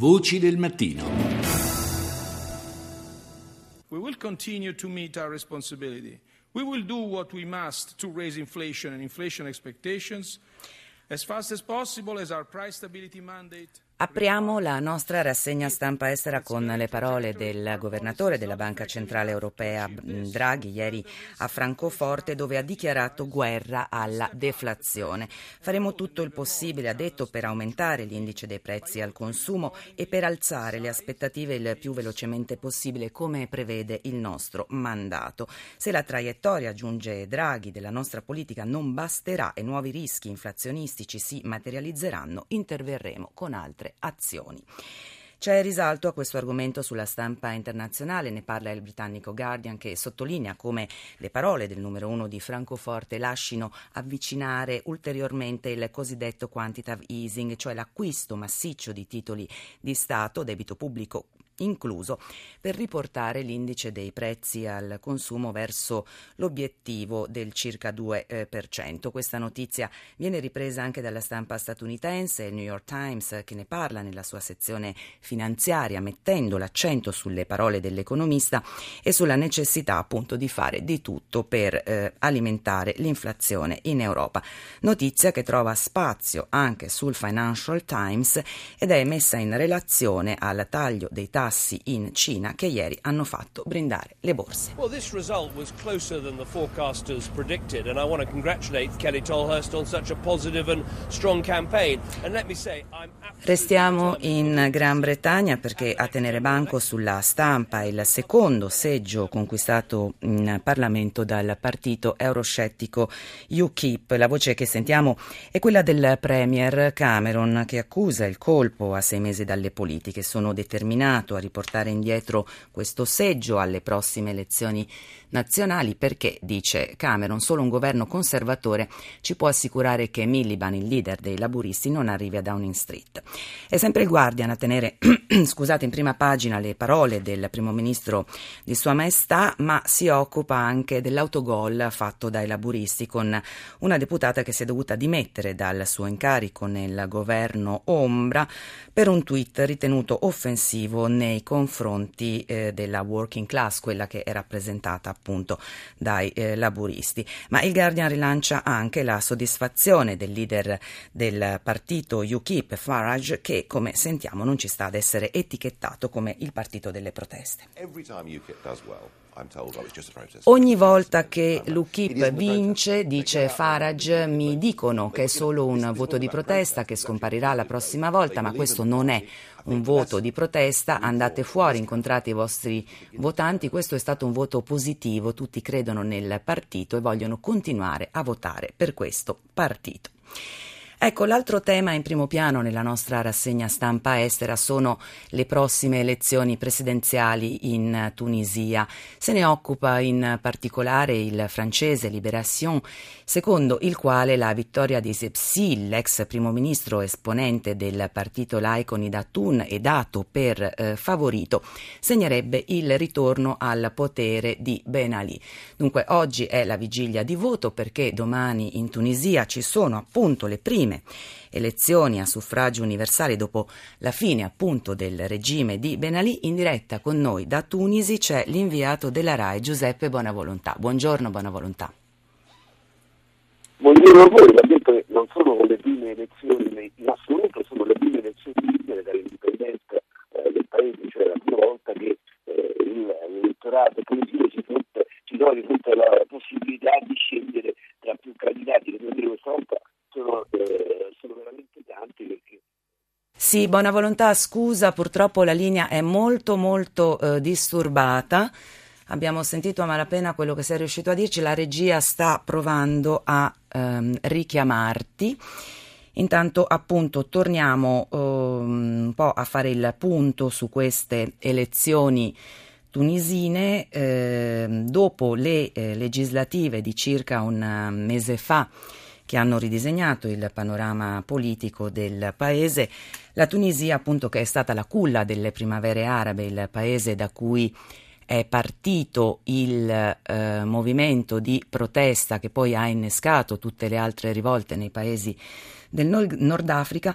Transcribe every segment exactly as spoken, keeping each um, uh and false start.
Voci del mattino. We will continue to meet our responsibility. We will do what we must to raise inflation and inflation expectations as fast as possible as our price stability mandate. Apriamo la nostra rassegna stampa estera con le parole del governatore della Banca Centrale Europea Draghi ieri a Francoforte, dove ha dichiarato guerra alla deflazione. Faremo tutto il possibile, ha detto, per aumentare l'indice dei prezzi al consumo e per alzare le aspettative il più velocemente possibile, come prevede il nostro mandato. Se la traiettoria, aggiunge Draghi, della nostra politica non basterà e nuovi rischi inflazionistici si materializzeranno, interverremo con altre azioni. C'è risalto a questo argomento sulla stampa internazionale, ne parla il britannico Guardian, che sottolinea come le parole del numero uno di Francoforte lascino avvicinare ulteriormente il cosiddetto quantitative easing, cioè l'acquisto massiccio di titoli di Stato, debito pubblico incluso, per riportare l'indice dei prezzi al consumo verso l'obiettivo del circa due per cento. Questa notizia viene ripresa anche dalla stampa statunitense, il New York Times, che ne parla nella sua sezione finanziaria, mettendo l'accento sulle parole dell'economista e sulla necessità appunto di fare di tutto per eh, alimentare l'inflazione in Europa. Notizia che trova spazio anche sul Financial Times ed è messa in relazione al taglio dei tassi in Cina che ieri hanno fatto brindare le borse. Well, this result was closer than the forecasters predicted, and I want to congratulate Kelly Tolhurst on such a positive and strong campaign. And let me say, I'm Restiamo in Gran Bretagna perché a tenere banco sulla stampa il secondo seggio conquistato in Parlamento dal partito euroscettico U K I P. La voce che sentiamo è quella del Premier Cameron, che accusa il colpo a sei mesi dalle politiche. Sono determinato a riportare indietro questo seggio alle prossime elezioni nazionali perché, dice Cameron, solo un governo conservatore ci può assicurare che Miliband, il leader dei laburisti, non arrivi a Downing Street. È sempre il Guardian a tenere scusate, in prima pagina le parole del primo ministro di Sua Maestà, ma si occupa anche dell'autogol fatto dai laburisti con una deputata che si è dovuta dimettere dal suo incarico nel governo ombra per un tweet ritenuto offensivo nei confronti eh, della working class, quella che è rappresentata appunto dai eh, laburisti. Ma il Guardian rilancia anche la soddisfazione del leader del partito U K I P, Farage, che, come sentiamo, non ci sta ad essere etichettato come il partito delle proteste. Ogni volta che l'U K I P vince, dice Farage, mi dicono che è solo un voto di protesta che scomparirà la prossima volta, ma questo non è un voto di protesta. Andate fuori, incontrate i vostri votanti, questo è stato un voto positivo, tutti credono nel partito e vogliono continuare a votare per questo partito. Ecco, l'altro tema in primo piano nella nostra rassegna stampa estera sono le prossime elezioni presidenziali in Tunisia. Se ne occupa in particolare il francese Libération, secondo il quale la vittoria di Sepsi, l'ex primo ministro esponente del partito laico Nidatun e dato per eh, favorito, segnerebbe il ritorno al potere di Ben Ali. Dunque oggi è la vigilia di voto perché domani in Tunisia ci sono appunto le prime elezioni a suffragio universale dopo la fine appunto del regime di Ben Ali. In diretta con noi da Tunisi c'è l'inviato della RAI Giuseppe Bonavolontà. Buongiorno Bonavolontà. Buongiorno a voi, va detto che non sono le prime elezioni in assoluto, sono le prime elezioni libere dall'indipendenza eh, del paese, cioè la prima volta che eh, l'elettorato tunisino ci trova di fronte alla possibilità di scegliere tra più candidati. Devo dire, questa volta sono, eh, sono veramente tanti perché... Sì, Bonavolontà, scusa, purtroppo la linea è molto molto eh, disturbata. Abbiamo sentito a malapena quello che sei riuscito a dirci, la regia sta provando a ehm, richiamarti. Intanto appunto torniamo eh, un po' a fare il punto su queste elezioni tunisine. Eh, dopo le eh, legislative di circa un mese fa, che hanno ridisegnato il panorama politico del paese, la Tunisia, appunto, che è stata la culla delle primavere arabe, il paese da cui è partito il eh, movimento di protesta che poi ha innescato tutte le altre rivolte nei paesi del Nord Africa,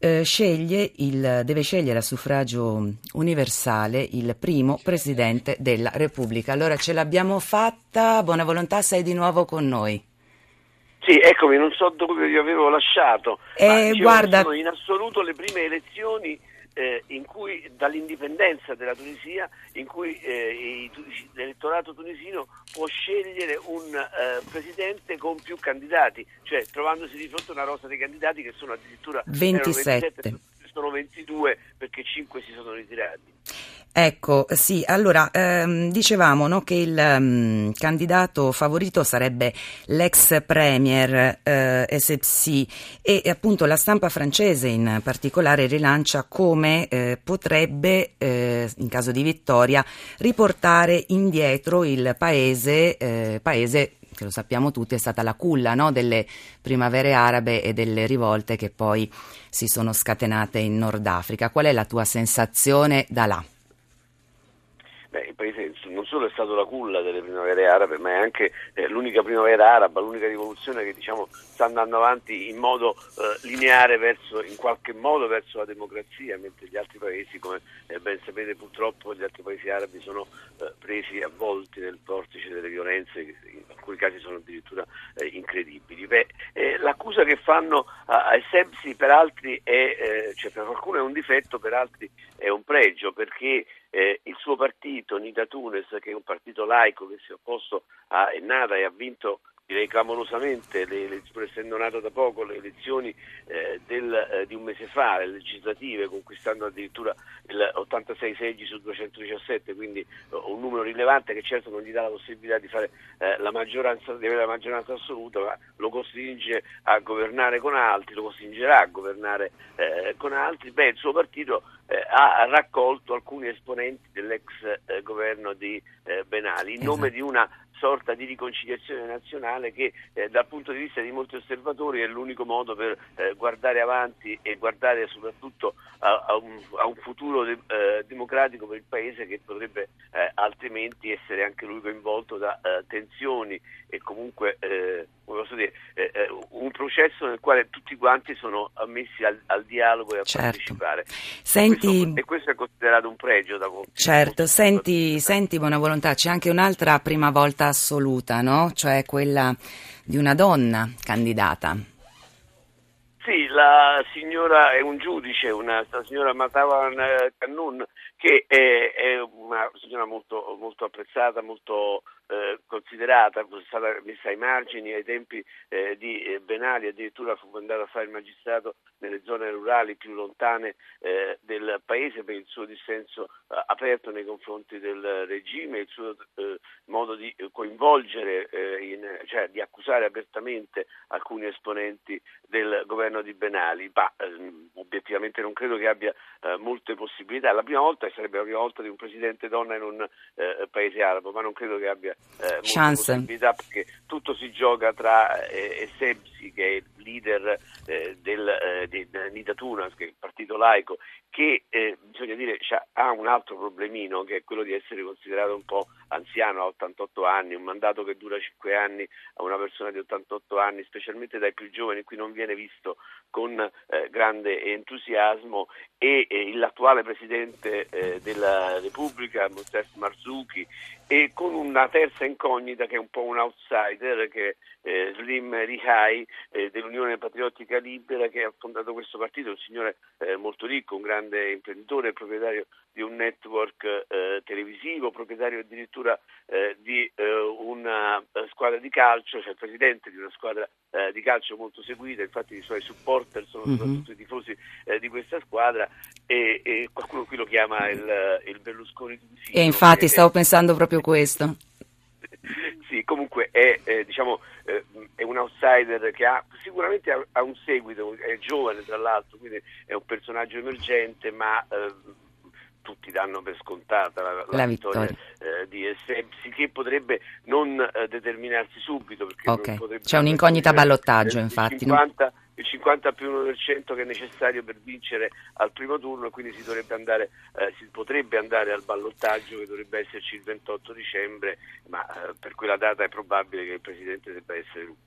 eh, sceglie il, deve scegliere a suffragio universale il primo presidente della Repubblica. Allora ce l'abbiamo fatta, buona volontà, sei di nuovo con noi. Sì, eccomi, non so dove vi avevo lasciato, eh, ma dicevo, guarda... sono in assoluto le prime elezioni eh, in cui, dall'indipendenza della Tunisia, in cui eh, l'elettorato tunisino può scegliere un eh, presidente con più candidati, cioè trovandosi di fronte a una rosa di candidati che sono addirittura ventisette. ventisette, sono ventidue perché cinque si sono ritirati. Ecco, sì, allora ehm, dicevamo, no, che il um, candidato favorito sarebbe l'ex premier eh, Essebsi e appunto la stampa francese in particolare rilancia come eh, potrebbe, eh, in caso di vittoria, riportare indietro il paese, eh, paese che lo sappiamo tutti è stata la culla, no, delle primavere arabe e delle rivolte che poi si sono scatenate in Nord Africa. Qual è la tua sensazione da là? Beh, il paese non solo è stato la culla delle primavere arabe, ma è anche eh, l'unica primavera araba, l'unica rivoluzione che diciamo sta andando avanti in modo eh, lineare verso, in qualche modo verso la democrazia, mentre gli altri paesi, come eh, ben sapete purtroppo, gli altri paesi arabi sono eh, presi avvolti nel vortice delle violenze, che in alcuni casi sono addirittura eh, incredibili. Beh, eh, l'accusa che fanno a, a Essebsi per altri è, eh, cioè per qualcuno è un difetto, per altri è un pregio, perché Eh, il suo partito, Nida Tounes, che è un partito laico che si è opposto a Ennahda e ha vinto, direi clamorosamente, le, le, pur essendo nato da poco, le elezioni eh, del, eh, di un mese fa, le legislative, conquistando addirittura il ottantasei seggi su duecentodiciassette, quindi uh, un numero rilevante che certo non gli dà la possibilità di fare eh, la maggioranza, di avere la maggioranza assoluta, ma lo costringe a governare con altri, lo costringerà a governare eh, con altri. Beh, il suo partito eh, ha raccolto alcuni esponenti dell'ex eh, governo di eh, Ben Ali in esatto. nome di una sorta di riconciliazione nazionale che eh, dal punto di vista di molti osservatori è l'unico modo per eh, guardare avanti e guardare soprattutto a, a, un, a un futuro de, eh, democratico per il paese, che potrebbe eh, altrimenti essere anche lui coinvolto da eh, tensioni e comunque eh, come posso dire, eh, un processo nel quale tutti quanti sono ammessi al, al dialogo e a certo. partecipare. Senti... E questo, e questo è considerato un pregio da molti. Certo, senti, senti buona volontà, c'è anche un'altra prima volta assoluta, no? Cioè quella di una donna candidata. Sì, la signora è un giudice, una, la signora Matawan Kannun, che è, è una signora molto, molto apprezzata, molto eh, considerata, è stata messa ai margini ai tempi eh, di eh, Ben Ali, addirittura fu mandato a fare il magistrato nelle zone rurali più lontane eh, del paese per il suo dissenso eh, aperto nei confronti del regime, il suo eh, modo di coinvolgere, eh, in, cioè di accusare apertamente alcuni esponenti del governo di Ben Ali, ma ehm, obiettivamente non credo che abbia eh, molte possibilità. La prima volta sarebbe la prima volta di un presidente donna in un eh, paese arabo, ma non credo che abbia eh, molte Chance. possibilità, perché tutto si gioca tra eh, Essebsi, che è il leader eh, del, eh, di Nida Tounes, che è il partito laico, che eh, bisogna dire ha un altro problemino, che è quello di essere considerato un po' anziano, a ottantotto anni, un mandato che dura cinque anni a una persona di ottantotto anni, specialmente dai più giovani, qui non viene visto con eh, grande entusiasmo, e eh, l'attuale presidente eh, della Repubblica, Moussef Marzouki, e con una terza incognita che è un po' un outsider, che è eh, Slim Rihai eh, dell'Unione Patriottica Libera, che ha fondato questo partito, un signore eh, molto ricco, un grande imprenditore, proprietario di un network eh, televisivo, proprietario addirittura eh, di eh, una uh, squadra di calcio, cioè il presidente di una squadra eh, di calcio molto seguita, infatti i suoi supporter sono mm-hmm. soprattutto i tifosi eh, di questa squadra, e, e qualcuno qui lo chiama il, il Berlusconi tunisino. E infatti stavo è, pensando proprio questo. Sì, comunque è eh, diciamo eh, è un outsider che ha sicuramente ha, ha un seguito, è giovane tra l'altro, quindi è un personaggio emergente, ma eh, tutti danno per scontata la, la, la vittoria, vittoria. Eh, di Essebsi, che potrebbe non eh, determinarsi subito, perché okay. non c'è un'incognita a ballottaggio, il, infatti. Il cinquanta, no? il cinquanta più uno per cento che è necessario per vincere al primo turno, e quindi si dovrebbe andare, eh, si potrebbe andare al ballottaggio, che dovrebbe esserci il ventotto dicembre, ma eh, per quella data è probabile che il Presidente debba essere lui.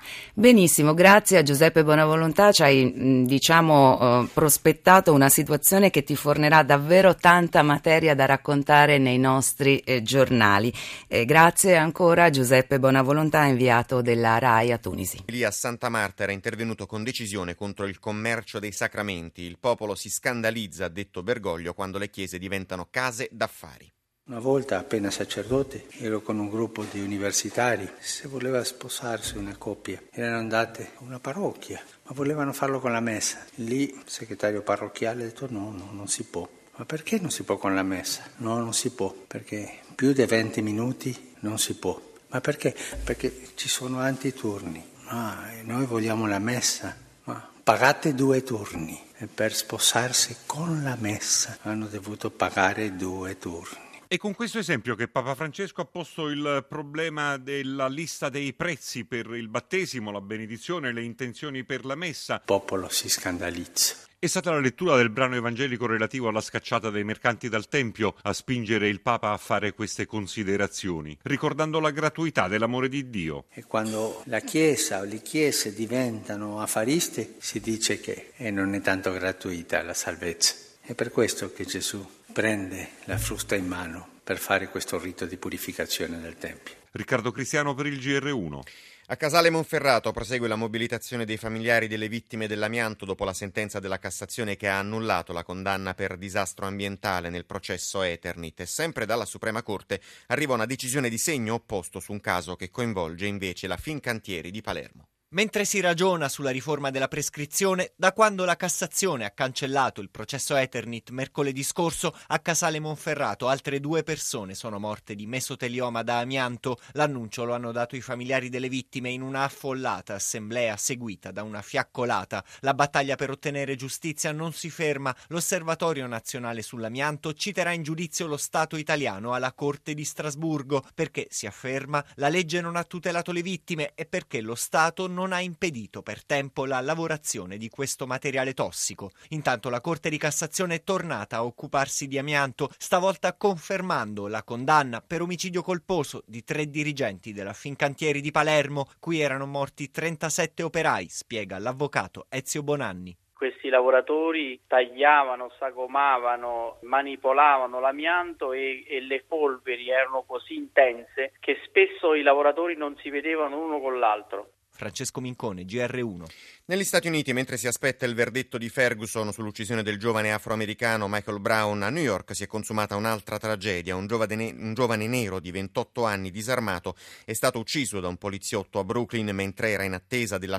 Benissimo, grazie a Giuseppe Bonavolontà, ci hai diciamo eh, prospettato una situazione che ti fornirà davvero tanta materia da raccontare nei nostri eh, giornali. Eh, grazie ancora a Giuseppe Bonavolontà, inviato della RAI a Tunisi. Lì a Santa Marta era intervenuto con decisione contro il commercio dei sacramenti. Il popolo si scandalizza, ha detto Bergoglio, quando le chiese diventano case d'affari. Una volta, appena sacerdote, ero con un gruppo di universitari. Se voleva sposarsi una coppia, erano andate a una parrocchia, ma volevano farlo con la messa. Lì il segretario parrocchiale ha detto no, no, non si può. Ma perché non si può con la messa? No, non si può, perché più di venti minuti non si può. Ma perché? Perché ci sono antiturni. Ma noi vogliamo la messa. Ma pagate due turni. E per sposarsi con la messa hanno dovuto pagare due turni. È con questo esempio che Papa Francesco ha posto il problema della lista dei prezzi per il battesimo, la benedizione e le intenzioni per la messa. Il popolo si scandalizza. È stata la lettura del brano evangelico relativo alla scacciata dei mercanti dal Tempio a spingere il Papa a fare queste considerazioni, ricordando la gratuità dell'amore di Dio. E quando la Chiesa o le Chiese diventano affariste, si dice che eh, non è tanto gratuita la salvezza. È per questo che Gesù prende la frusta in mano per fare questo rito di purificazione del Tempio. Riccardo Cristiano per il G R uno. A Casale Monferrato prosegue la mobilitazione dei familiari delle vittime dell'amianto dopo la sentenza della Cassazione che ha annullato la condanna per disastro ambientale nel processo Eternit. E sempre dalla Suprema Corte arriva una decisione di segno opposto su un caso che coinvolge invece la Fincantieri di Palermo. Mentre si ragiona sulla riforma della prescrizione, da quando la Cassazione ha cancellato il processo Eternit mercoledì scorso, a Casale Monferrato altre due persone sono morte di mesotelioma da amianto. L'annuncio lo hanno dato i familiari delle vittime in una affollata assemblea seguita da una fiaccolata. La battaglia per ottenere giustizia non si ferma. L'Osservatorio Nazionale sull'Amianto citerà in giudizio lo Stato italiano alla Corte di Strasburgo perché, si afferma, la legge non ha tutelato le vittime e perché lo Stato non non ha impedito per tempo la lavorazione di questo materiale tossico. Intanto la Corte di Cassazione è tornata a occuparsi di amianto, stavolta confermando la condanna per omicidio colposo di tre dirigenti della Fincantieri di Palermo, cui erano morti trentasette operai, spiega l'avvocato Ezio Bonanni. Questi lavoratori tagliavano, sagomavano, manipolavano l'amianto e, e le polveri erano così intense che spesso i lavoratori non si vedevano uno con l'altro. Francesco Mincone, G R uno. Negli Stati Uniti, mentre si aspetta il verdetto di Ferguson sull'uccisione del giovane afroamericano Michael Brown, a New York si è consumata un'altra tragedia. Un giovane, ne- un giovane nero di ventotto anni disarmato è stato ucciso da un poliziotto a Brooklyn mentre era in attesa della